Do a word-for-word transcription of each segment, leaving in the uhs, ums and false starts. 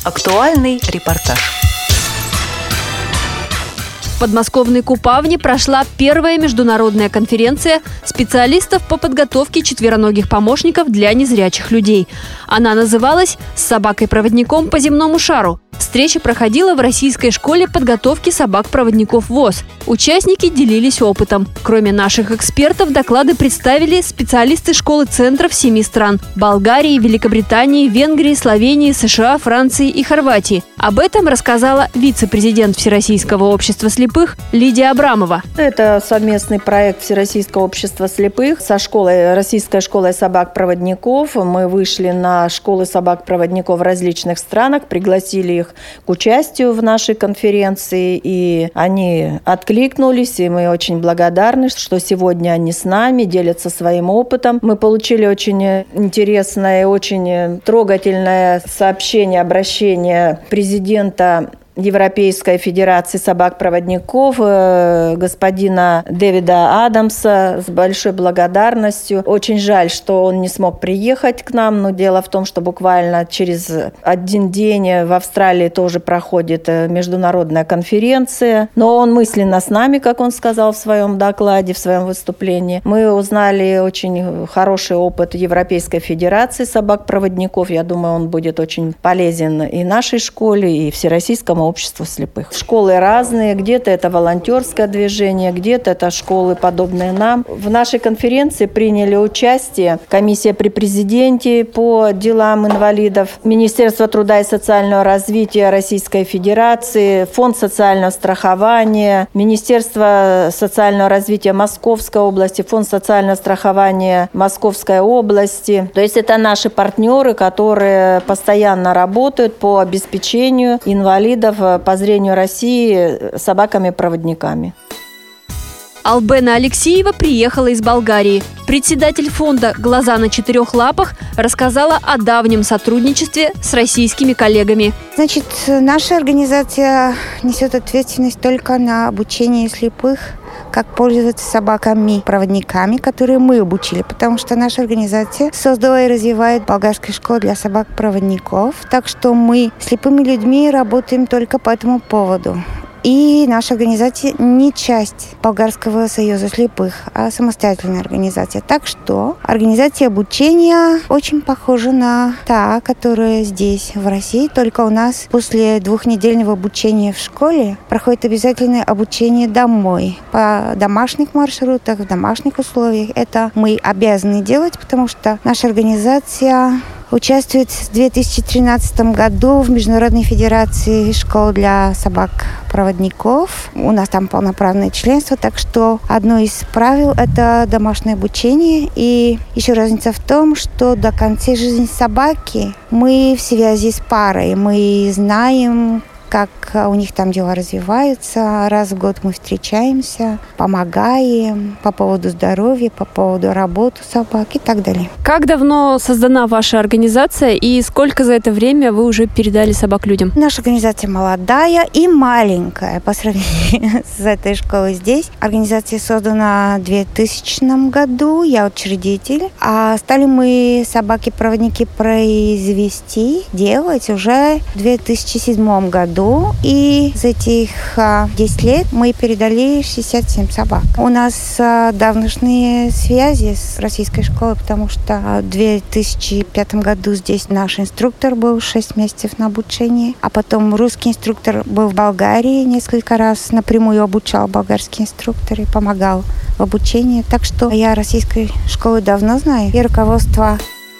Актуальный репортаж. В подмосковной Купавне прошла первая международная конференция специалистов по подготовке четвероногих помощников для незрячих людей. Она называлась «С собакой-проводником по земному шару». Встреча проходила в Российской школе подготовки собак-проводников ВОС. Участники делились опытом. Кроме наших экспертов, доклады представили специалисты школы-центров семи стран – Болгарии, Великобритании, Венгрии, Словении, США, Франции и Хорватии. Об этом рассказала вице-президент Всероссийского общества слепых Лидия Абрамова. Это совместный проект Всероссийского общества слепых со школой, Российской школой собак-проводников. Мы вышли на школы собак-проводников в различных странах, пригласили их к участию в нашей конференции, и они откликнулись, и мы очень благодарны, что сегодня они с нами, делятся своим опытом. Мы получили очень интересное и очень трогательное сообщение, обращение президента Европейской Федерации собак-проводников господина Дэвида Адамса с большой благодарностью. Очень жаль, что он не смог приехать к нам, но дело в том, что буквально через один день в Австралии тоже проходит международная конференция. Но он мысленно с нами, как он сказал в своем докладе, в своем выступлении. Мы узнали очень хороший опыт Европейской Федерации собак-проводников. Я думаю, он будет очень полезен и нашей школе, и Всероссийскому общества слепых. Школы разные, где-то это волонтерское движение, где-то это школы, подобные нам. В нашей конференции приняли участие комиссия при президенте по делам инвалидов, Министерство труда и социального развития Российской Федерации, Фонд социального страхования, Министерство социального развития Московской области, Фонд социального страхования Московской области. То есть это наши партнеры, которые постоянно работают по обеспечению инвалидов по зрению России собаками-проводниками. Албена Алексеева приехала из Болгарии. Председатель фонда «Глаза на четырех лапах» рассказала о давнем сотрудничестве с российскими коллегами. Значит, наша организация несет ответственность только на обучение слепых, как пользоваться собаками-проводниками, которые мы обучили, потому что наша организация создала и развивает болгарскую школу для собак-проводников, так что мы с слепыми людьми работаем только по этому поводу. И наша организация не часть Болгарского союза слепых, а самостоятельная организация. Так что организация обучения очень похожа на та, которая здесь, в России. Только у нас после двухнедельного обучения в школе проходит обязательное обучение домой. По домашних маршрутах, в домашних условиях. Это мы обязаны делать, потому что наша организация участвует в две тысячи тринадцатом году в Международной федерации школ для собак-проводников. У нас там полноправное членство, так что одно из правил – это домашнее обучение. И еще разница в том, что до конца жизни собаки мы в связи с парой, мы знаем, как у них там дела развиваются. Раз в год мы встречаемся, помогаем по поводу здоровья, по поводу работы собак и так далее. Как давно создана ваша организация и сколько за это время вы уже передали собак людям? Наша организация молодая и маленькая по сравнению с этой школой здесь. Организация создана в двухтысячном году, я учредитель. А стали мы собаки-проводники произвести, делать уже в две тысячи седьмом году. И за этих десять лет мы передали шестьдесят семь собак. У нас давнишние связи с российской школой, потому что в две тысячи пятом году здесь наш инструктор был шесть месяцев на обучении, а потом русский инструктор был в Болгарии несколько раз, напрямую обучал болгарский инструктор и помогал в обучении. Так что я российской школы давно знаю и руководство.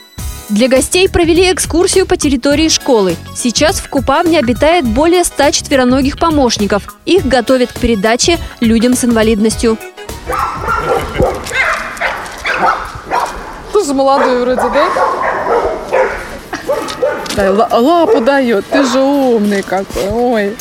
Для гостей провели экскурсию по территории школы. Сейчас в Купавне обитает более ста четвероногих помощников. Их готовят к передаче людям с инвалидностью. Тоже молодой вроде, да? Дай лапу дает, ты же умный какой, ой.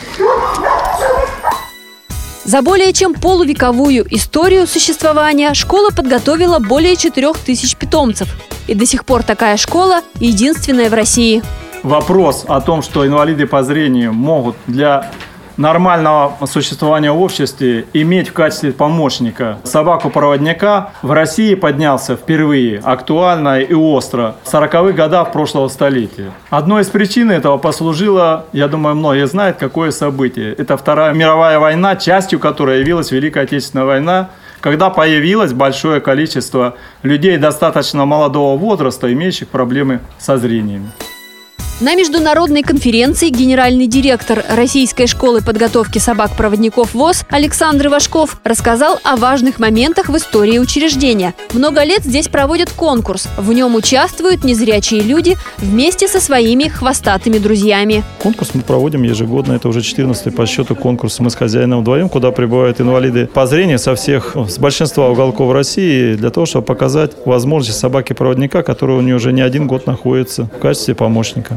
За более чем полувековую историю существования школа подготовила более четырех тысяч питомцев. И до сих пор такая школа единственная в России. Вопрос о том, что инвалиды по зрению могут для нормального существования в обществе иметь в качестве помощника собаку-проводника в России поднялся впервые актуально и остро в сороковых годах прошлого столетия. Одной из причин этого послужило, я думаю, многие знают, какое событие. Это Вторая мировая война, частью которой явилась Великая Отечественная война, когда появилось большое количество людей достаточно молодого возраста, имеющих проблемы со зрением. На международной конференции генеральный директор Российской школы подготовки собак-проводников ВОС Александр Ивашков рассказал о важных моментах в истории учреждения. Много лет здесь проводят конкурс. В нем участвуют незрячие люди вместе со своими хвостатыми друзьями. Конкурс мы проводим ежегодно. Это уже четырнадцатый по счету конкурс «Мы с хозяином вдвоем», куда прибывают инвалиды по зрению со всех, с большинства уголков России, для того, чтобы показать возможности собаки-проводника, который у нее уже не один год находится в качестве помощника.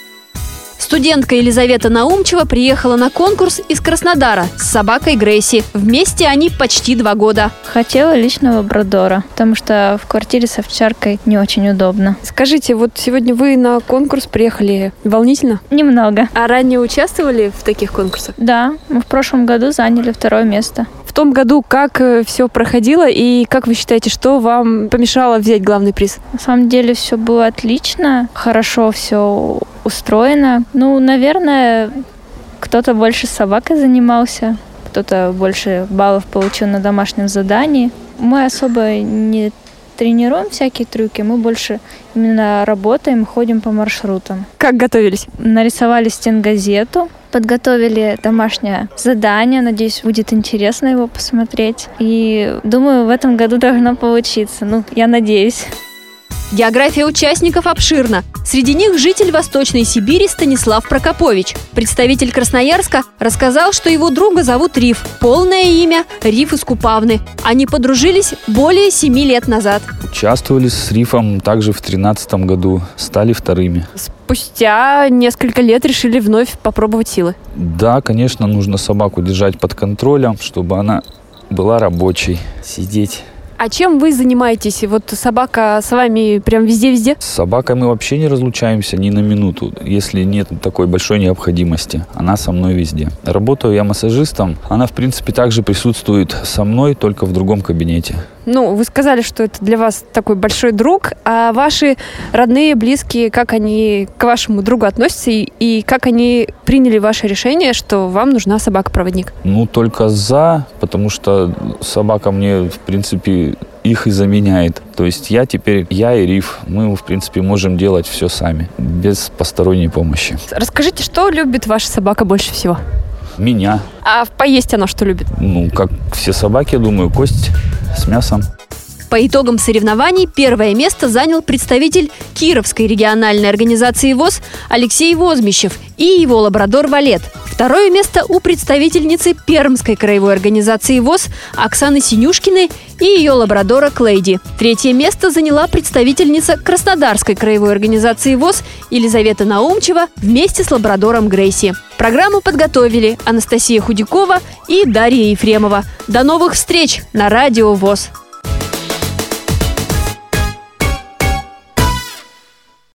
Студентка Елизавета Наумчева приехала на конкурс из Краснодара с собакой Грейси. Вместе они почти два года. Хотела личного лабрадора, потому что в квартире с овчаркой не очень удобно. Скажите, вот сегодня вы на конкурс приехали. Волнительно? Немного. А ранее участвовали в таких конкурсах? Да, мы в прошлом году заняли второе место. В том году как все проходило и как вы считаете, что вам помешало взять главный приз? На самом деле все было отлично, хорошо все устроено. Ну, наверное, кто-то больше с собакой занимался, кто-то больше баллов получил на домашнем задании. Мы особо не тренируем всякие трюки, мы больше именно работаем, ходим по маршрутам. Как готовились? Нарисовали стенгазету, подготовили домашнее задание. Надеюсь, будет интересно его посмотреть. И думаю, в этом году должно получиться. Ну, я надеюсь. География участников обширна. Среди них житель Восточной Сибири Станислав Прокопович. Представитель Красноярска рассказал, что его друга зовут Риф. Полное имя – Риф из Купавны. Они подружились более семи лет назад. Участвовали с Рифом также в тринадцатом году, стали вторыми. Спустя несколько лет решили вновь попробовать силы. Да, конечно, нужно собаку держать под контролем, чтобы она была рабочей, сидеть. А чем вы занимаетесь? Вот собака с вами прям везде-везде? С собакой мы вообще не разлучаемся ни на минуту, если нет такой большой необходимости. Она со мной везде. Работаю я массажистом. Она, в принципе, также присутствует со мной, только в другом кабинете. Ну, вы сказали, что это для вас такой большой друг. А ваши родные, близкие, как они к вашему другу относятся и, и как они приняли ваше решение, что вам нужна собака-проводник? Ну, только за, потому что собака мне, в принципе, их и заменяет. То есть я теперь, я и Риф, мы, в принципе, можем делать все сами, без посторонней помощи. Расскажите, что любит ваша собака больше всего? Меня. А поесть она что любит? Ну, как все собаки, я думаю, кость с мясом. По итогам соревнований первое место занял представитель Кировской региональной организации ВОС Алексей Возмищев и его лабрадор Валет. Второе место у представительницы Пермской краевой организации ВОС Оксаны Синюшкиной и ее лабрадора Клейди. Третье место заняла представительница Краснодарской краевой организации ВОС Елизавета Наумчева вместе с лабрадором Грейси. Программу подготовили Анастасия Худякова и Дарья Ефремова. До новых встреч на Радио ВОС!